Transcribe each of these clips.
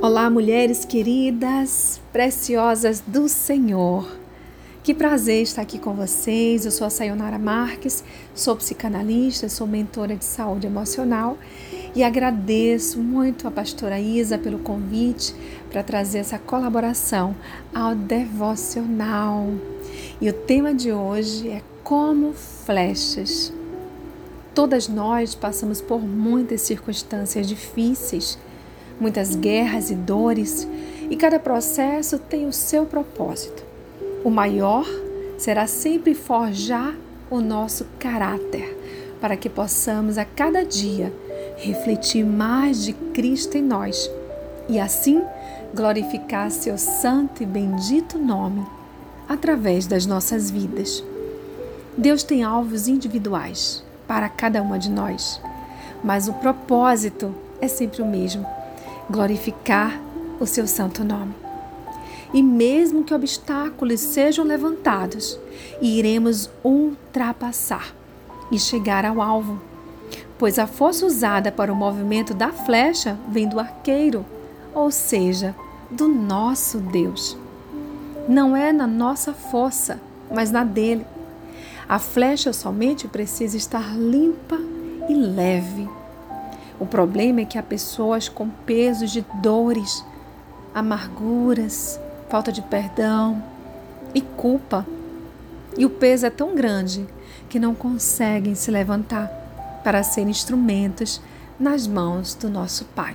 Olá, mulheres queridas, preciosas do Senhor. Que prazer estar aqui com vocês. Eu sou a Sayonara Marques, sou psicanalista, sou mentora de saúde emocional e agradeço muito a pastora Isa pelo convite para trazer essa colaboração ao devocional. E o tema de hoje é como flechas. Todas nós passamos por muitas circunstâncias difíceis, muitas guerras e dores, e cada processo tem o seu propósito. O maior será sempre forjar o nosso caráter, para que possamos a cada dia refletir mais de Cristo em nós e assim glorificar seu santo e bendito nome através das nossas vidas. Deus tem alvos individuais para cada uma de nós, mas o propósito é sempre o mesmo: glorificar o seu santo nome. E mesmo que obstáculos sejam levantados, iremos ultrapassar e chegar ao alvo, pois a força usada para o movimento da flecha vem do arqueiro, ou seja, do nosso Deus. Não é na nossa força, mas na dele. A flecha somente precisa estar limpa e leve. O problema é que há pessoas com pesos de dores, amarguras, falta de perdão e culpa. E o peso é tão grande que não conseguem se levantar para ser instrumentos nas mãos do nosso Pai.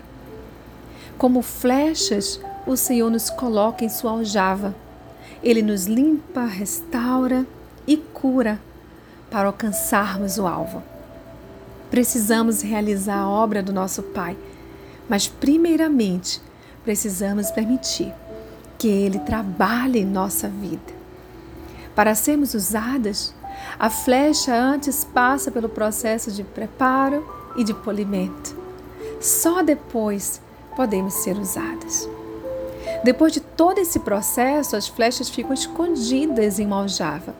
Como flechas, o Senhor nos coloca em sua aljava. Ele nos limpa, restaura e cura para alcançarmos o alvo. Precisamos realizar a obra do nosso Pai, mas primeiramente precisamos permitir que Ele trabalhe em nossa vida. Para sermos usadas, a flecha antes passa pelo processo de preparo e de polimento. Só depois podemos ser usadas. Depois de todo esse processo, as flechas ficam escondidas em uma aljava.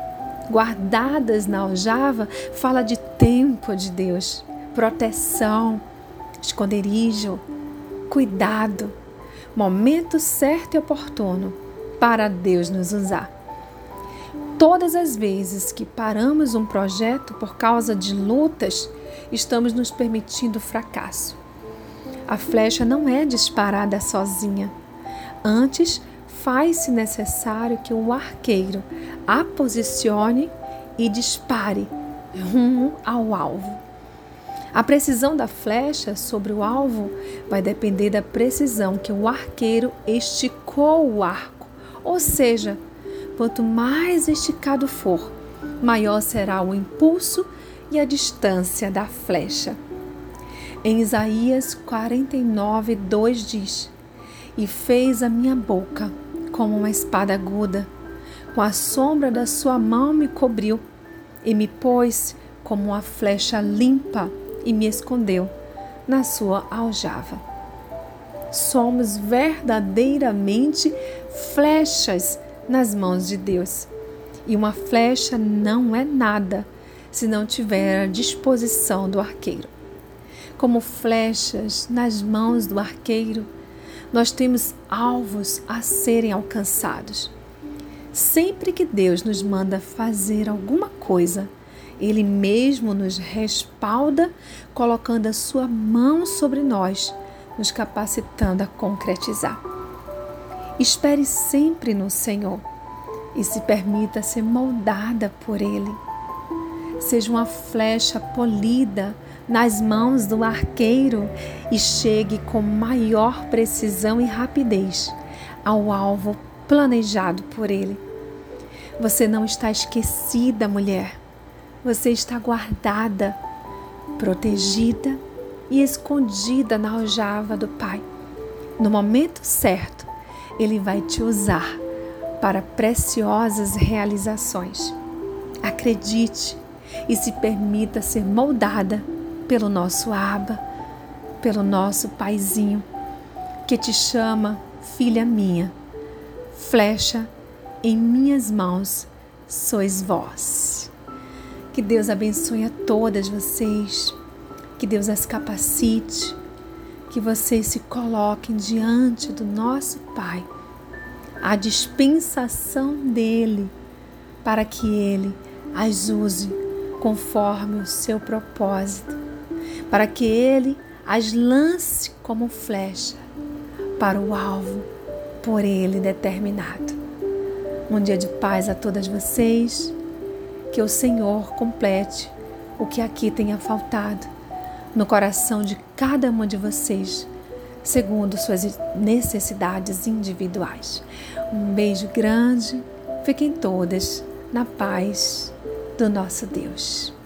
Guardadas na aljava, fala de tempo de Deus, proteção, esconderijo, cuidado, momento certo e oportuno para Deus nos usar. Todas as vezes que paramos um projeto por causa de lutas, estamos nos permitindo fracasso. A flecha não é disparada sozinha. Antes, faz-se necessário que o arqueiro a posicione e dispare rumo ao alvo. A precisão da flecha sobre o alvo vai depender da precisão que o arqueiro esticou o arco. Ou seja, quanto mais esticado for, maior será o impulso e a distância da flecha. Em Isaías 49:2 diz: "E fez a minha boca como uma espada aguda, com a sombra da sua mão me cobriu, e me pôs como uma flecha limpa e me escondeu na sua aljava." Somos verdadeiramente flechas nas mãos de Deus. E uma flecha não é nada se não tiver a disposição do arqueiro. Como flechas nas mãos do arqueiro, nós temos alvos a serem alcançados. Sempre que Deus nos manda fazer alguma coisa, Ele mesmo nos respalda, colocando a sua mão sobre nós, nos capacitando a concretizar. Espere sempre no Senhor e se permita ser moldada por Ele. Seja uma flecha polida nas mãos do arqueiro e chegue com maior precisão e rapidez ao alvo planejado por Ele. Você não está esquecida, mulher. Você está guardada, protegida e escondida na aljava do Pai. No momento certo, Ele vai te usar para preciosas realizações. Acredite e se permita ser moldada pelo nosso Abba, pelo nosso Paizinho, que te chama, filha minha. Flecha em minhas mãos sois vós. Que Deus abençoe a todas vocês, que Deus as capacite, que vocês se coloquem diante do nosso Pai, a dispensação dele, para que ele as use conforme o seu propósito, para que ele as lance como flecha para o alvo por ele determinado. Um dia de paz a todas vocês, que o Senhor complete o que aqui tenha faltado no coração de cada uma de vocês, segundo suas necessidades individuais. Um beijo grande, fiquem todas na paz do nosso Deus.